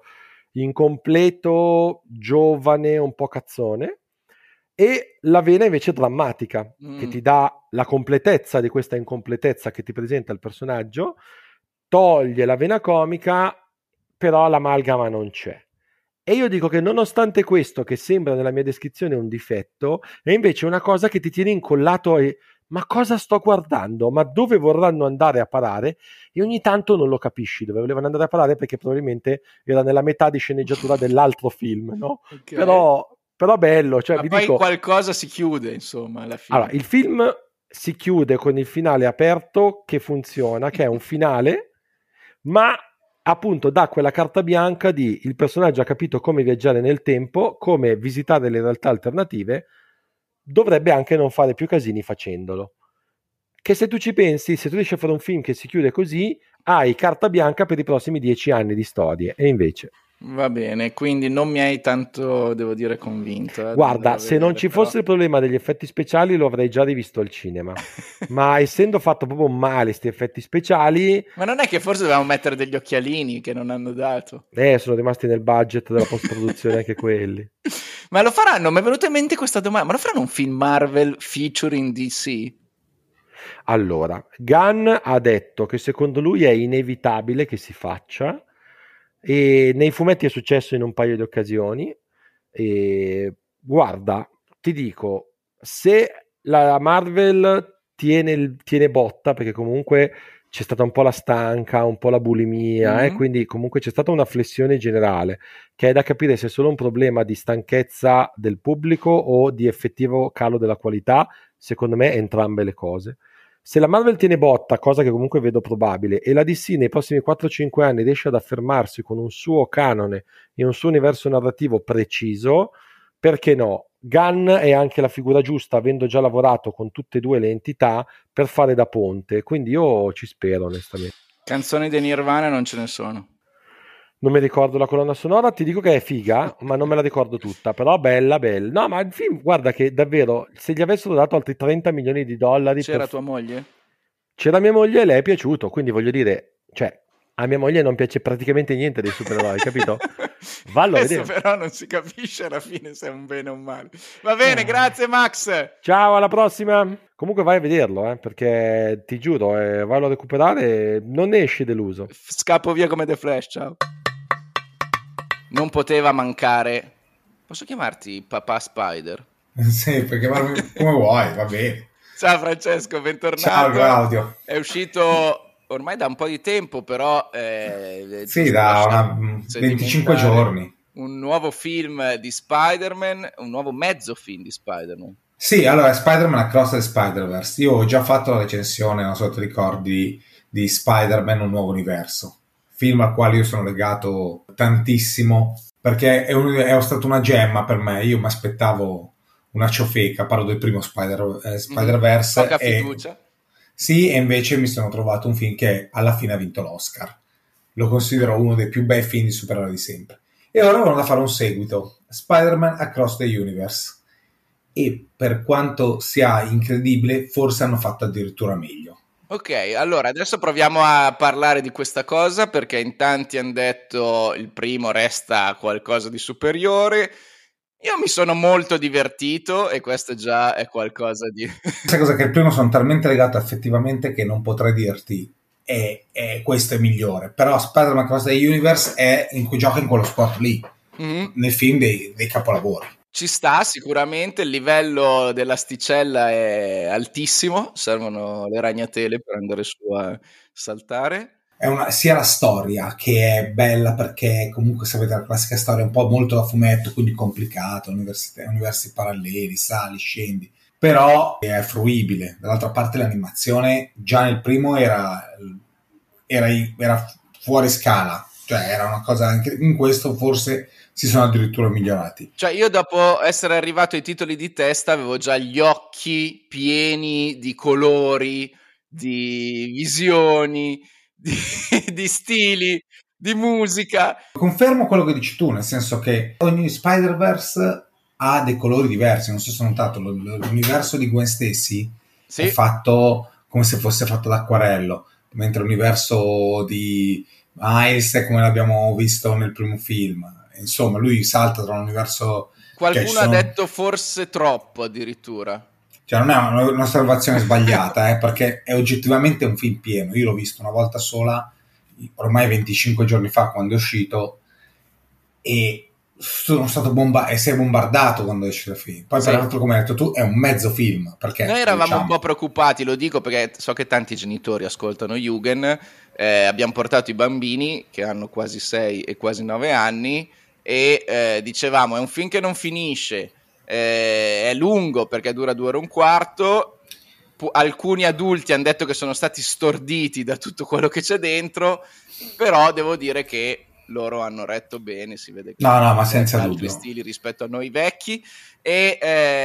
Speaker 3: incompleto, giovane, un po' cazzone, e la vena invece drammatica, mm. che ti dà la completezza di questa incompletezza che ti presenta il personaggio, toglie la vena comica, però l'amalgama non c'è. E io dico che nonostante questo, che sembra nella mia descrizione un difetto, è invece una cosa che ti tiene incollato e ma cosa sto guardando? Ma dove vorranno andare a parare? E ogni tanto non lo capisci dove volevano andare a parare, perché probabilmente era nella metà di sceneggiatura dell'altro film, no? Okay. Però, però bello. Cioè,
Speaker 1: ma
Speaker 3: vi
Speaker 1: poi
Speaker 3: dico,
Speaker 1: qualcosa si chiude, insomma, alla fine.
Speaker 3: Allora, il film si chiude con il finale aperto che funziona, che è un finale, ma appunto dà quella carta bianca di il personaggio ha capito come viaggiare nel tempo, come visitare le realtà alternative, dovrebbe anche non fare più casini facendolo. Che se tu ci pensi, se tu riesci a fare un film che si chiude così, hai carta bianca per i prossimi dieci anni di storie, e invece...
Speaker 1: Va bene, quindi non mi hai tanto, devo dire, convinto. Eh,
Speaker 3: Guarda, se
Speaker 1: vedere,
Speaker 3: non ci
Speaker 1: però...
Speaker 3: fosse il problema degli effetti speciali lo avrei già rivisto al cinema, ma essendo fatto proprio male questi effetti speciali...
Speaker 1: Ma non è che forse dovevamo mettere degli occhialini che non hanno dato?
Speaker 3: Eh, sono rimasti nel budget della post-produzione anche quelli.
Speaker 1: Ma lo faranno? Mi è venuta in mente questa domanda, ma lo faranno un film Marvel featuring D C?
Speaker 3: Allora, Gunn ha detto che secondo lui è inevitabile che si faccia, e nei fumetti è successo in un paio di occasioni, e guarda, ti dico, se la Marvel tiene, tiene botta, perché comunque c'è stata un po' la stanca, un po' la bulimia, mm-hmm. eh, quindi comunque c'è stata una flessione generale, che è da capire se è solo un problema di stanchezza del pubblico o di effettivo calo della qualità. Secondo me entrambe le cose. Se la Marvel tiene botta, cosa che comunque vedo probabile, e la D C nei prossimi quattro cinque anni riesce ad affermarsi con un suo canone e un suo universo narrativo preciso, perché no? Gunn è anche la figura giusta, avendo già lavorato con tutte e due le entità, per fare da ponte, quindi io ci spero onestamente.
Speaker 1: Canzoni di Nirvana non ce ne sono.
Speaker 3: Non mi ricordo la colonna sonora, ti dico che è figa, ma non me la ricordo tutta, però bella, bella. No, ma il film, guarda che davvero, se gli avessero dato altri trenta milioni di dollari...
Speaker 1: C'era
Speaker 3: per...
Speaker 1: tua moglie?
Speaker 3: C'era mia moglie e lei è piaciuto, quindi voglio dire, cioè, a mia moglie non piace praticamente niente dei supereroi, capito? Vallo a vedere.
Speaker 1: Però non si capisce alla fine se è un bene o un male. Va bene, eh. Grazie Max.
Speaker 3: Ciao, alla prossima. Comunque vai a vederlo, eh, perché ti giuro, eh, vallo a recuperare, non ne esci deluso.
Speaker 1: Scappo via come The Flash, ciao. Non poteva mancare. Posso chiamarti Papà Spider?
Speaker 4: Sì, puoi chiamarmi come vuoi, va bene.
Speaker 1: Ciao Francesco, bentornato.
Speaker 4: Ciao Claudio.
Speaker 1: È uscito ormai da un po' di tempo, però eh,
Speaker 4: sì, da una, venticinque giorni.
Speaker 1: Un nuovo film di Spider-Man, un nuovo mezzo film di Spider-Man.
Speaker 4: Sì, allora Spider-Man Across the Spider-Verse. Io ho già fatto la recensione, non so se ti ricordi, di Spider-Man Un Nuovo Universo, film al quale io sono legato tantissimo, perché è, un, è stato una gemma per me. Io mi aspettavo una ciofeca, parlo del primo Spider, eh, Spider-Verse.
Speaker 1: Mm-hmm. Poca fiducia.
Speaker 4: E, sì, e invece mi sono trovato un film che alla fine ha vinto l'Oscar. Lo considero uno dei più bei film di supereroi di sempre. E ora vanno a fare un seguito, Spider-Man Across the Universe. E per quanto sia incredibile, forse hanno fatto addirittura meglio.
Speaker 1: Ok, allora adesso proviamo a parlare di questa cosa, perché in tanti hanno detto il primo resta qualcosa di superiore. Io mi sono molto divertito e questo già è qualcosa di...
Speaker 4: Questa cosa che il primo sono talmente legato effettivamente che non potrei dirti e, e questo è migliore, però Spider-Man Across the Universe è in cui gioca in quello spot lì, mm-hmm. nel film dei, dei capolavori.
Speaker 1: Ci sta sicuramente, il livello dell'asticella è altissimo, servono le ragnatele per andare su a saltare.
Speaker 4: È una, sia la storia che è bella, perché comunque sapete la classica storia un po' molto da fumetto, quindi complicata, universi, universi paralleli, sali, scendi, però è fruibile. Dall'altra parte l'animazione già nel primo era, era, era fuori scala, cioè era una cosa, anche in questo forse si sono addirittura migliorati.
Speaker 1: Cioè io dopo essere arrivato ai titoli di testa avevo già gli occhi pieni di colori, di visioni, di, di stili, di musica.
Speaker 4: Confermo quello che dici tu, nel senso che ogni Spider-Verse ha dei colori diversi. Non so se hai notato, l'universo di Gwen Stacy sì. è fatto come se fosse fatto d'acquarello, mentre l'universo di Miles è come l'abbiamo visto nel primo film. Insomma, lui salta tra un universo...
Speaker 1: Qualcuno
Speaker 4: cioè, sono...
Speaker 1: ha detto forse troppo addirittura.
Speaker 4: Cioè non è una, un'osservazione sbagliata, eh, perché è oggettivamente un film pieno. Io l'ho visto una volta sola, ormai venticinque giorni fa, quando è uscito, e sono stato bomba- e sei bombardato quando esce il film. Poi sì. Peraltro, come hai detto tu, è un mezzo film, perché
Speaker 1: noi eravamo
Speaker 4: diciamo...
Speaker 1: un po' preoccupati, lo dico perché so che tanti genitori ascoltano Jugend, eh, abbiamo portato i bambini che hanno quasi sei e quasi nove anni e eh, dicevamo è un film che non finisce, eh, è lungo perché dura due ore e un quarto. Pu- alcuni adulti hanno detto che sono stati storditi da tutto quello che c'è dentro, però devo dire che loro hanno retto bene, si vede che
Speaker 4: no no ma senza
Speaker 1: altri
Speaker 4: dubbio
Speaker 1: stili rispetto a noi vecchi, e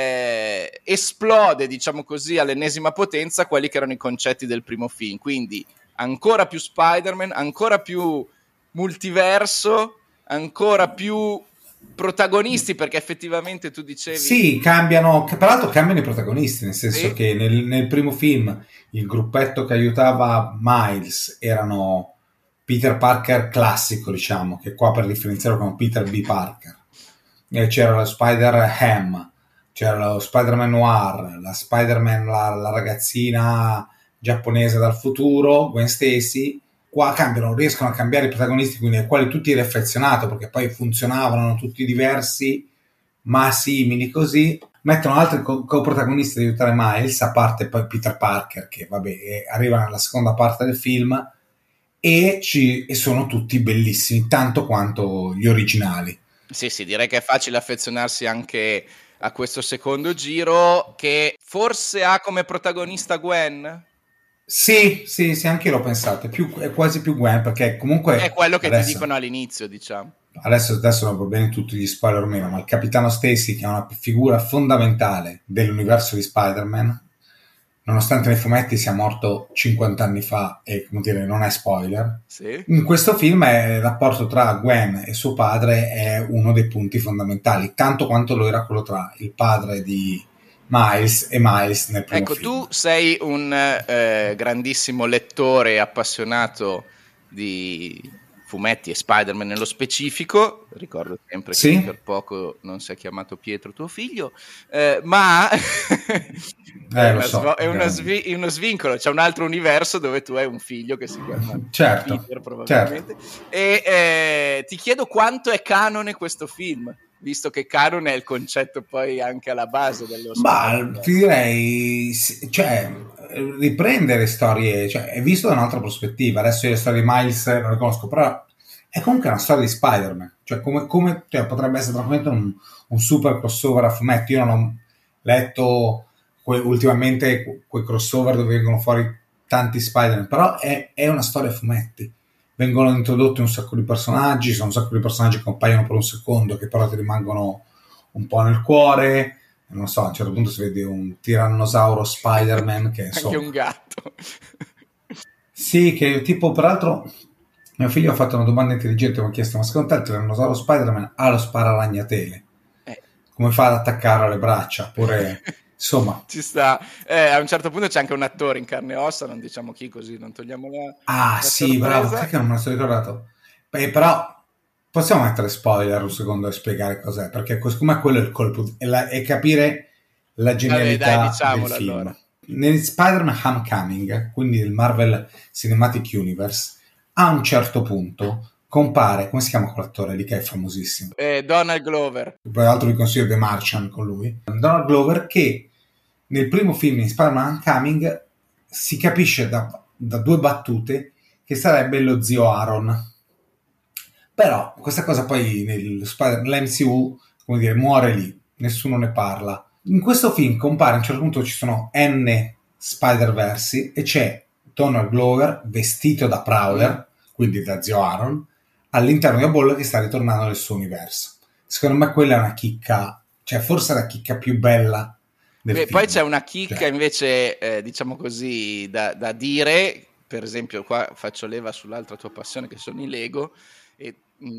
Speaker 1: eh, esplode, diciamo così, all'ennesima potenza quelli che erano i concetti del primo film, quindi ancora più Spider-Man, ancora più multiverso, ancora più protagonisti, perché effettivamente tu dicevi
Speaker 4: sì, cambiano, che peraltro cambiano i protagonisti, nel senso sì. che nel, nel primo film il gruppetto che aiutava Miles erano Peter Parker classico, diciamo, che qua per differenziarlo con Peter B. Parker, e c'era lo Spider-Ham, c'era lo Spider-Man Noir, la Spider-Man, la, la ragazzina giapponese dal futuro, Gwen Stacy. Qua cambiano, riescono a cambiare i protagonisti, quindi ai quali tutti eri affezionato, perché poi funzionavano tutti diversi, ma simili così. Mettono altri co- co-protagonisti ad aiutare Miles, a parte poi Peter Parker, che vabbè, arriva nella seconda parte del film, e, ci, e sono tutti bellissimi, tanto quanto gli originali.
Speaker 1: Sì, sì, direi che è facile affezionarsi anche a questo secondo giro, che forse ha come protagonista Gwen.
Speaker 4: Sì, sì, sì, anche io l'ho pensato, è, più, è quasi più Gwen, perché comunque...
Speaker 1: È quello che
Speaker 4: adesso,
Speaker 1: ti dicono all'inizio, diciamo.
Speaker 4: Adesso, adesso non va bene tutti gli spoiler o meno, ma il Capitano Stacy, che è una figura fondamentale dell'universo di Spider-Man, nonostante nei fumetti sia morto cinquanta anni fa, e come dire, non è spoiler,
Speaker 1: sì.
Speaker 4: In questo film è, il rapporto tra Gwen e suo padre è uno dei punti fondamentali, tanto quanto lo era quello tra il padre di... Miles e Miles nel primo
Speaker 1: ecco,
Speaker 4: film.
Speaker 1: Tu sei un eh, grandissimo lettore e appassionato di fumetti e Spider-Man nello specifico, ricordo sempre che
Speaker 4: sì?
Speaker 1: per poco non si è chiamato Pietro tuo figlio, eh, ma
Speaker 4: eh,
Speaker 1: è,
Speaker 4: lo
Speaker 1: una
Speaker 4: so,
Speaker 1: svo- è uno, svi- uno svincolo, c'è un altro universo dove tu hai un figlio che si chiama
Speaker 4: certo,
Speaker 1: Peter probabilmente,
Speaker 4: certo.
Speaker 1: e eh, ti chiedo quanto è canone questo film. visto che canon è il concetto poi anche alla base dello
Speaker 4: Ma
Speaker 1: Spider-Man.
Speaker 4: ti direi, cioè, riprendere storie, cioè, è visto da un'altra prospettiva. Adesso io le storie di Miles non le conosco, però è comunque una storia di Spider-Man, cioè come, come cioè, potrebbe essere tranquillamente un, un super crossover a fumetti. Io non ho letto que, ultimamente que, quei crossover dove vengono fuori tanti Spider-Man, però è, è una storia a fumetti. Vengono introdotti un sacco di personaggi, sono un sacco di personaggi che compaiono per un secondo, che però ti rimangono un po' nel cuore. Non so, a un certo punto si vede un tirannosauro Spider-Man che insomma...
Speaker 1: Anche un gatto.
Speaker 4: Sì, che tipo, peraltro, mio figlio ha fatto una domanda intelligente, mi ha chiesto, ma secondo te il tirannosauro Spider-Man ha lo spararagnatele?
Speaker 1: Eh.
Speaker 4: Come fa ad attaccare alle braccia? Oppure, insomma...
Speaker 1: Ci sta. Eh, a un certo punto c'è anche un attore in carne e ossa, non diciamo chi, così non togliamo la...
Speaker 4: Ah,
Speaker 1: la
Speaker 4: sì,
Speaker 1: sorpresa.
Speaker 4: bravo, perché non me lo sono ricordato? Beh, però... Possiamo mettere spoiler un secondo e spiegare cos'è, perché come quello è il colpo di, è, la, è capire la genialità
Speaker 1: Vabbè, dai, diciamolo,
Speaker 4: del film.
Speaker 1: allora.
Speaker 4: Nel Spider-Man Homecoming, quindi il Marvel Cinematic Universe, a un certo punto compare, come si chiama quell'attore lì che è famosissimo?
Speaker 1: Eh, Donald Glover.
Speaker 4: Tra l'altro vi consiglio The Martian con lui. Donald Glover, che nel primo film in Spider-Man Homecoming si capisce da, da due battute che sarebbe lo zio Aaron. Però questa cosa poi nel Spider- nell'M C U, come dire, muore lì, nessuno ne parla. In questo film compare, a un certo punto ci sono N Spider-Versi e c'è Donald Glover vestito da Prowler, quindi da zio Aaron, all'interno di una bolla che sta ritornando nel suo universo. Secondo me quella è una chicca, cioè forse la chicca più bella del
Speaker 1: Beh,
Speaker 4: film.
Speaker 1: poi c'è una chicca
Speaker 4: cioè.
Speaker 1: invece, eh, diciamo così, da, da dire, per esempio qua faccio leva sull'altra tua passione che sono i Lego, e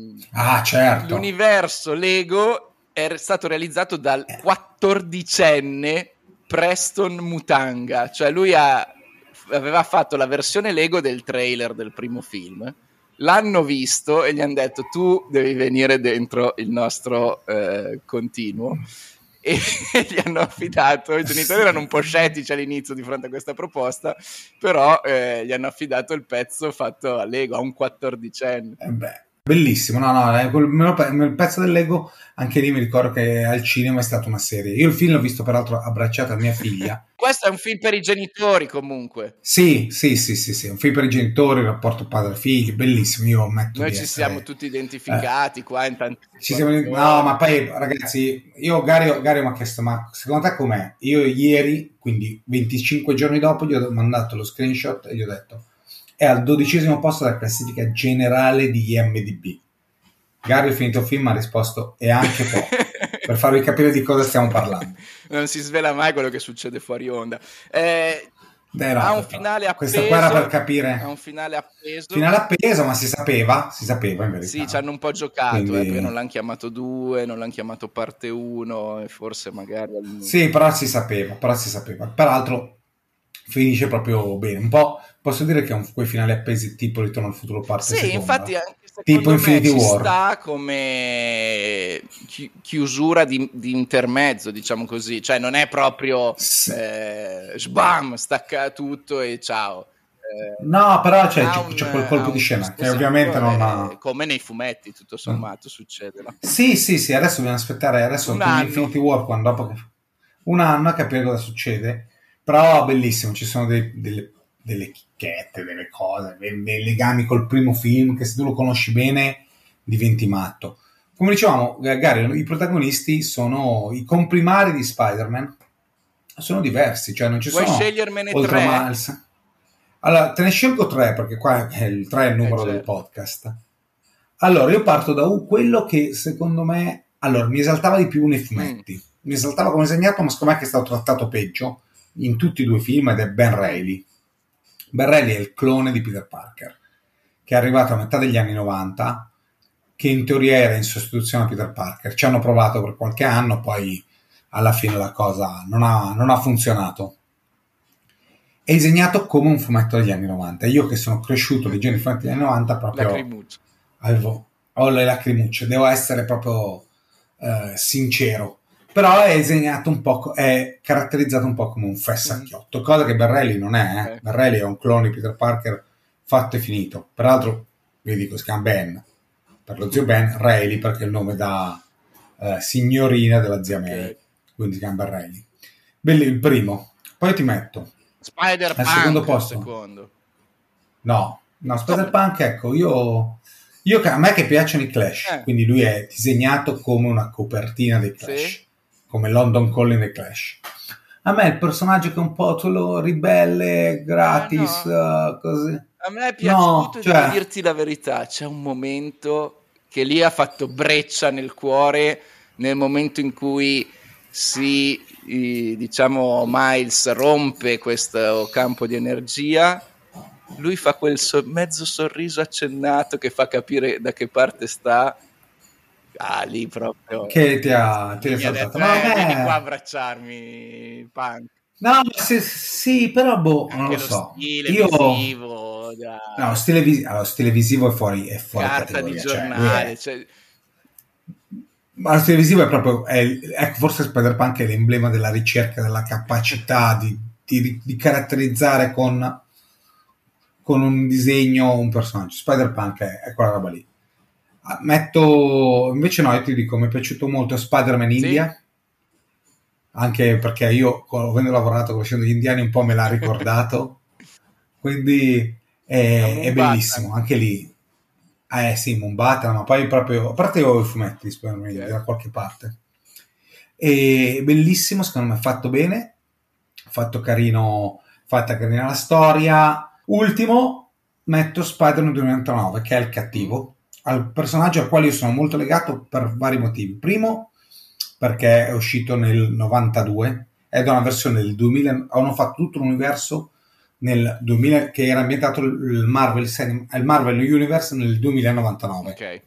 Speaker 4: ah, certo.
Speaker 1: l'universo Lego è stato realizzato dal quattordicenne Preston Mutanga, cioè lui ha, aveva fatto la versione Lego del trailer del primo film, l'hanno visto e gli hanno detto tu devi venire dentro il nostro eh, continuo, e gli hanno affidato, i genitori erano un po' scettici all'inizio di fronte a questa proposta, però eh, gli hanno affidato il pezzo fatto a Lego, a un quattordicenne.
Speaker 4: Eh beh, bellissimo, no no, il pezzo del Lego, anche lì mi ricordo che al cinema è stata una serie. Io il film l'ho visto peraltro abbracciato a mia figlia.
Speaker 1: Questo è un film per i genitori comunque.
Speaker 4: Sì, sì, sì, sì, sì, un film per i genitori, il rapporto padre-figlio, bellissimo. Io ammetto
Speaker 1: Noi
Speaker 4: di
Speaker 1: ci
Speaker 4: essere...
Speaker 1: siamo tutti identificati eh. qua in tanti...
Speaker 4: Ci siamo... No, ma poi ragazzi, io Gary, Gary mi ha chiesto, ma secondo te com'è? Io ieri, quindi venticinque giorni dopo, gli ho mandato lo screenshot e gli ho detto è al dodicesimo posto della classifica generale di I M D B. Gary, il finito il film, ha risposto e anche poco, per farvi capire di cosa stiamo parlando.
Speaker 1: Non si svela mai quello che succede fuori onda. Eh,
Speaker 4: Beh, no,
Speaker 1: ha un finale appeso.
Speaker 4: Questa qua era per capire.
Speaker 1: Ha un finale appeso.
Speaker 4: Finale appeso, ma si sapeva, si sapeva in verità.
Speaker 1: Sì, ci hanno un po' giocato,
Speaker 4: Quindi...
Speaker 1: eh, perché non l'hanno chiamato due, non l'hanno chiamato parte uno, e forse magari...
Speaker 4: Sì, però si sapeva, però si sapeva. Peraltro finisce proprio bene. Un po', posso dire che è un, quei finali appesi tipo Ritorno al futuro parte
Speaker 1: sì,
Speaker 4: seconda.
Speaker 1: Infatti anche
Speaker 4: tipo Infinity
Speaker 1: me ci
Speaker 4: War.
Speaker 1: sta come chi- chiusura di, di intermezzo, diciamo così. Cioè non è proprio
Speaker 4: sì.
Speaker 1: eh, sbam, stacca tutto e ciao.
Speaker 4: Eh, no, però c'è, c'è,
Speaker 1: un,
Speaker 4: c'è quel colpo di scena che ovviamente non ha...
Speaker 1: Come nei fumetti, tutto sommato, mm. succede. No?
Speaker 4: Sì, sì, sì, adesso dobbiamo aspettare adesso
Speaker 1: un
Speaker 4: anno. Infinity War, quando dopo che... un anno a capire cosa succede. Però bellissimo, ci sono dei, delle, delle chicchette, delle cose, dei, dei legami col primo film che se tu lo conosci bene diventi matto. Come dicevamo, Gary, i protagonisti sono i comprimari di Spider-Man, sono diversi, cioè non ci
Speaker 1: Vuoi
Speaker 4: sono
Speaker 1: scegliermene
Speaker 4: oltre
Speaker 1: tre?
Speaker 4: Miles. Allora, te ne scelgo tre perché qua è il tre è il numero
Speaker 1: eh, certo.
Speaker 4: del podcast. Allora, io parto da un, quello che secondo me allora mi esaltava di più nei fumetti, mm. mi esaltava come segnato, ma secondo me che è stato trattato peggio in tutti i due film, ed è Ben Reilly. Ben Reilly è il clone di Peter Parker, che è arrivato a metà degli anni novanta, che in teoria era in sostituzione a Peter Parker. Ci hanno provato per qualche anno, poi alla fine la cosa non ha, non ha funzionato. È disegnato come un fumetto degli anni novanta. Io che sono cresciuto leggendo i fumetti degli anni novanta, proprio avevo, ho le lacrimucce, devo essere proprio eh, sincero. Però è disegnato un po', è caratterizzato un po' come un fessacchiotto, cosa che Ben Reilly non è. Eh. Okay. Ben Reilly è un clone di Peter Parker fatto e finito. Peraltro, vi dico, si chiama Ben, per lo zio Ben, Reilly perché è il nome da, eh, signorina della zia May,
Speaker 1: Ok.
Speaker 4: quindi si chiama Barrelli. Bello il primo. Poi ti metto
Speaker 1: Spider-Punk
Speaker 4: al secondo posto.
Speaker 1: secondo.
Speaker 4: No, no, Spider-Punk, ecco, io, io a me che piacciono i Clash,
Speaker 1: Eh.
Speaker 4: quindi lui è disegnato come una copertina dei Clash,
Speaker 1: Sì.
Speaker 4: come London Calling dei Clash. A me il personaggio che è un po' quello ribelle, gratis,
Speaker 1: Eh, no.
Speaker 4: uh, così.
Speaker 1: A me è piaciuto,
Speaker 4: No,
Speaker 1: e
Speaker 4: cioè-
Speaker 1: devo dirti la verità, c'è un momento che lì ha fatto breccia nel cuore, nel momento in cui si, eh, diciamo, Miles rompe questo campo di energia, lui fa quel so- mezzo sorriso accennato che fa capire da che parte sta. Ah, lì proprio...
Speaker 4: Che ti ha, ti ha
Speaker 1: mi ha detto,
Speaker 4: saltato. No,
Speaker 1: eh,
Speaker 4: a me-
Speaker 1: vieni qua a abbracciarmi, Punk.
Speaker 4: no, ma se- sì, però boh, non
Speaker 1: Anche
Speaker 4: lo
Speaker 1: lo
Speaker 4: so.
Speaker 1: stile
Speaker 4: Io...
Speaker 1: visivo, da-
Speaker 4: No, lo stile, vis- allora, lo stile visivo è fuori, è fuori
Speaker 1: carta di
Speaker 4: categoria. Cioè, lui
Speaker 1: giornale,
Speaker 4: è-
Speaker 1: cioè,
Speaker 4: Ma lo stile visivo è proprio, è, ecco, forse Spider-Punk è l'emblema della ricerca, della capacità di, di- di caratterizzare con, con un disegno un personaggio. Spider-Punk è, è quella roba lì. Ah, Metto, invece no, io ti dico, mi è piaciuto molto Spider-Man
Speaker 1: Sì.
Speaker 4: India, anche perché io, avendo lavorato conoscendo gli indiani, un po' me l'ha ricordato, quindi è,
Speaker 1: A
Speaker 4: è bellissimo, anche lì. Eh sì, Mombata, ma poi proprio, a parte io ho i fumetti di Spider-Man
Speaker 1: Ok.
Speaker 4: da qualche parte. E bellissimo, secondo me fatto bene, fatto carino, fatta carina la storia. Ultimo, metto Spider-Man duemilanove, che è il cattivo, al personaggio al quale io sono molto legato per vari motivi. Primo, perché è uscito nel novantadue, ed è una versione del duemila, hanno fatto tutto l'universo nel duemila, che era ambientato il Marvel, il Marvel Universe nel duemilanovantanove.
Speaker 1: ok.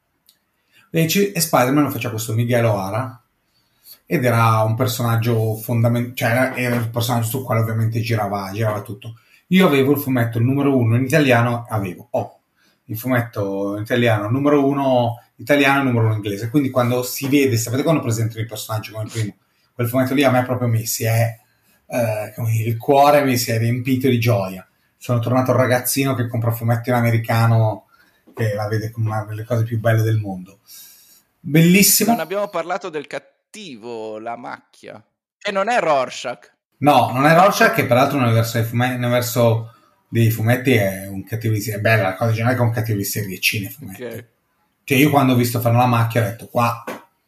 Speaker 4: E, ci- e Spider-Man lo faceva questo Miguel O'Hara, ed era un personaggio fondamentale, cioè era, era il personaggio sul quale ovviamente girava, girava tutto. Io avevo il fumetto numero uno in italiano, avevo, ho il fumetto in italiano numero uno italiano e numero uno inglese, quindi quando si vede, sapete quando presentano i personaggi come il primo, quel fumetto lì a me proprio mi si è, eh, come dire, il cuore mi si è riempito di gioia. Sono tornato il ragazzino che compra fumetti in americano, che la vede come una delle cose più belle del mondo. Bellissimo.
Speaker 1: Non abbiamo parlato del cattivo, la macchia, che non è Rorschach.
Speaker 4: No, non è Rorschach, che peraltro nel verso dei fumetti, nel verso dei fumetti è un cattivo di serie. È bella la cosa generale che è un cattivo di serie cine fumetti.
Speaker 1: Ok.
Speaker 4: Cioè io quando ho visto fare la macchia ho detto qua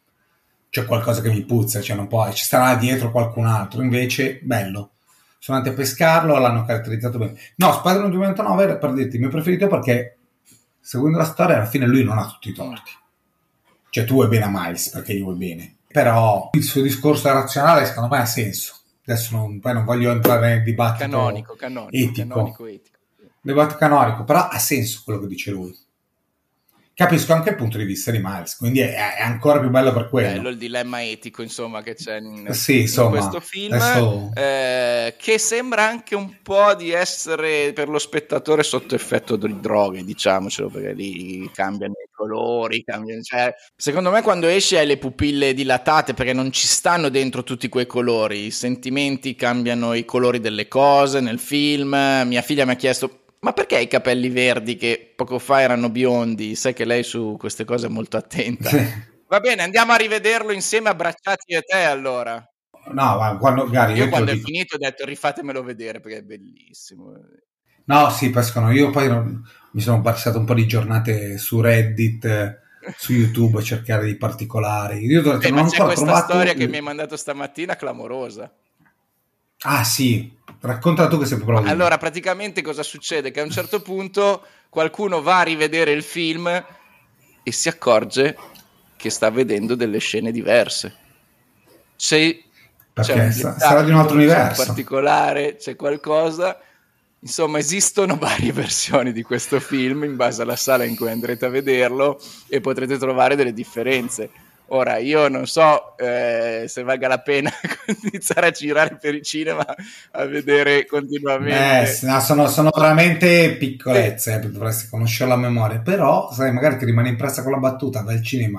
Speaker 4: c'è qualcosa che mi puzza, cioè non può, ci starà dietro qualcun altro. Invece bello, sono andati a pescarlo, l'hanno caratterizzato bene. No, Spider-Man duemilanove era, per dirti, il mio preferito perché seguendo la storia alla fine lui non ha tutti i torti. Cioè tu vuoi bene a Miles perché gli vuoi bene, però il suo discorso razionale secondo me ha senso. Adesso non, poi non voglio entrare nel dibattito
Speaker 1: Canonico, canonico,
Speaker 4: etico,
Speaker 1: canonico, etico.
Speaker 4: dibattito canonico, però ha senso quello che dice lui. Capisco anche il punto di vista di Miles, quindi è, è ancora più bello per quello.
Speaker 1: Bello il dilemma etico, insomma, che c'è in,
Speaker 4: Sì,
Speaker 1: in
Speaker 4: insomma,
Speaker 1: questo film,
Speaker 4: adesso-
Speaker 1: eh, che sembra anche un po' di essere per lo spettatore sotto effetto di droghe, diciamocelo, perché lì cambiano i colori, cambiano, cioè, secondo me quando esci hai le pupille dilatate perché non ci stanno dentro tutti quei colori, i sentimenti cambiano i colori delle cose nel film. Mia figlia mi ha chiesto: ma perché i capelli verdi che poco fa erano biondi? Sai che lei su queste cose è molto attenta.
Speaker 4: Sì.
Speaker 1: Va bene, andiamo a rivederlo insieme abbracciati io e te allora.
Speaker 4: No, ma quando, Gary, io,
Speaker 1: Io
Speaker 4: te
Speaker 1: quando
Speaker 4: lo
Speaker 1: è
Speaker 4: dico.
Speaker 1: finito ho detto rifatemelo vedere perché è bellissimo.
Speaker 4: No, sì, pescano. Io poi non- mi sono passato un po' di giornate su Reddit, eh, su YouTube a cercare di particolari. Io ho detto,
Speaker 1: Eh,
Speaker 4: non
Speaker 1: ma
Speaker 4: ho
Speaker 1: c'è
Speaker 4: ancora
Speaker 1: questa
Speaker 4: trovato...
Speaker 1: storia che mi hai mandato stamattina clamorosa.
Speaker 4: Ah sì, racconta tu che sei più bravo di me.
Speaker 1: Allora, praticamente cosa succede? Che a un certo punto qualcuno va a rivedere il film e si accorge che sta vedendo delle scene diverse. C'è,
Speaker 4: Perché
Speaker 1: c'è un
Speaker 4: sa- sarà di un altro
Speaker 1: dettaglio, c'è
Speaker 4: universo.
Speaker 1: un particolare, c'è qualcosa. Insomma, esistono varie versioni di questo film in base alla sala in cui andrete a vederlo e potrete trovare delle differenze. Ora, io non so eh, se valga la pena iniziare a girare per il cinema a vedere continuamente.
Speaker 4: Eh, sì, no, sono, sono veramente piccolezze, eh, dovresti conoscerlo a memoria, però sai, magari ti rimane impressa con la battuta, vai al cinema,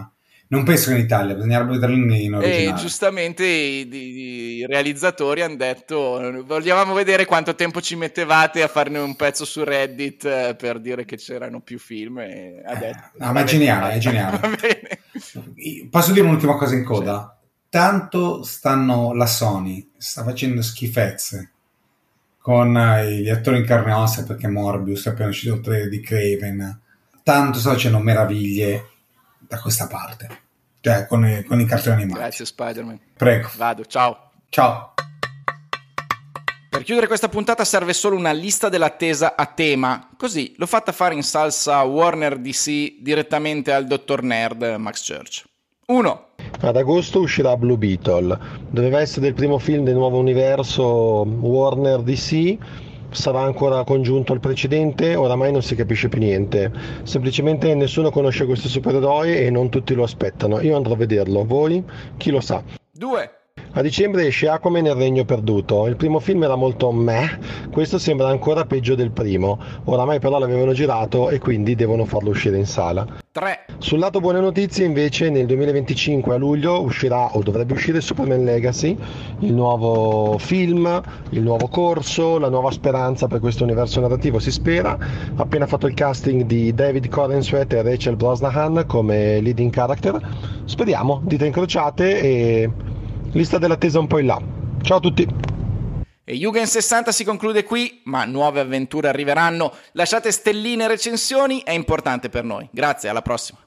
Speaker 4: Non penso che in Italia, bisognerebbe vederlo in originale.
Speaker 1: E giustamente i, i, i realizzatori hanno detto: vogliamo vedere quanto tempo ci mettevate a farne un pezzo su Reddit eh, per dire che c'erano più film. E ha detto,
Speaker 4: no, ma è geniale, è geniale.
Speaker 1: Va bene.
Speaker 4: Posso dire un'ultima cosa in coda? Sì. Tanto stanno la Sony sta facendo schifezze con gli attori in carne e ossa, perché Morbius è appena uscito il trailer di Craven, tanto sta facendo meraviglie da questa parte, cioè con i, con i cartoni animati.
Speaker 1: Grazie Spider-Man.
Speaker 4: Prego.
Speaker 1: Vado, ciao.
Speaker 4: Ciao.
Speaker 1: Per chiudere questa puntata serve solo una lista dell'attesa a tema, così l'ho fatta fare in salsa Warner D C direttamente al dottor Nerd Max Church. uno.
Speaker 3: Ad agosto uscirà Blue Beetle, doveva essere il primo film del nuovo universo Warner D C, sarà ancora congiunto al precedente, oramai non si capisce più niente, semplicemente nessuno conosce questo supereroe e non tutti lo aspettano. Io andrò a vederlo, voi? Chi lo sa?
Speaker 1: due.
Speaker 3: A dicembre esce Aquaman e il Regno Perduto. Il primo film era molto meh, questo sembra ancora peggio del primo. Oramai però l'avevano girato e quindi devono farlo uscire in sala.
Speaker 1: tre.
Speaker 3: Sul lato buone notizie invece nel duemilaventicinque a luglio uscirà o dovrebbe uscire Superman Legacy, il nuovo film, il nuovo corso, la nuova speranza per questo universo narrativo si spera. Appena fatto il casting di David Corenswet e Rachel Brosnahan come leading character. Speriamo, dita incrociate e lista dell'attesa un po' in là. Ciao a tutti!
Speaker 1: E Yugen sessanta si conclude qui, ma nuove avventure arriveranno. Lasciate stelline e recensioni, è importante per noi. Grazie, alla prossima.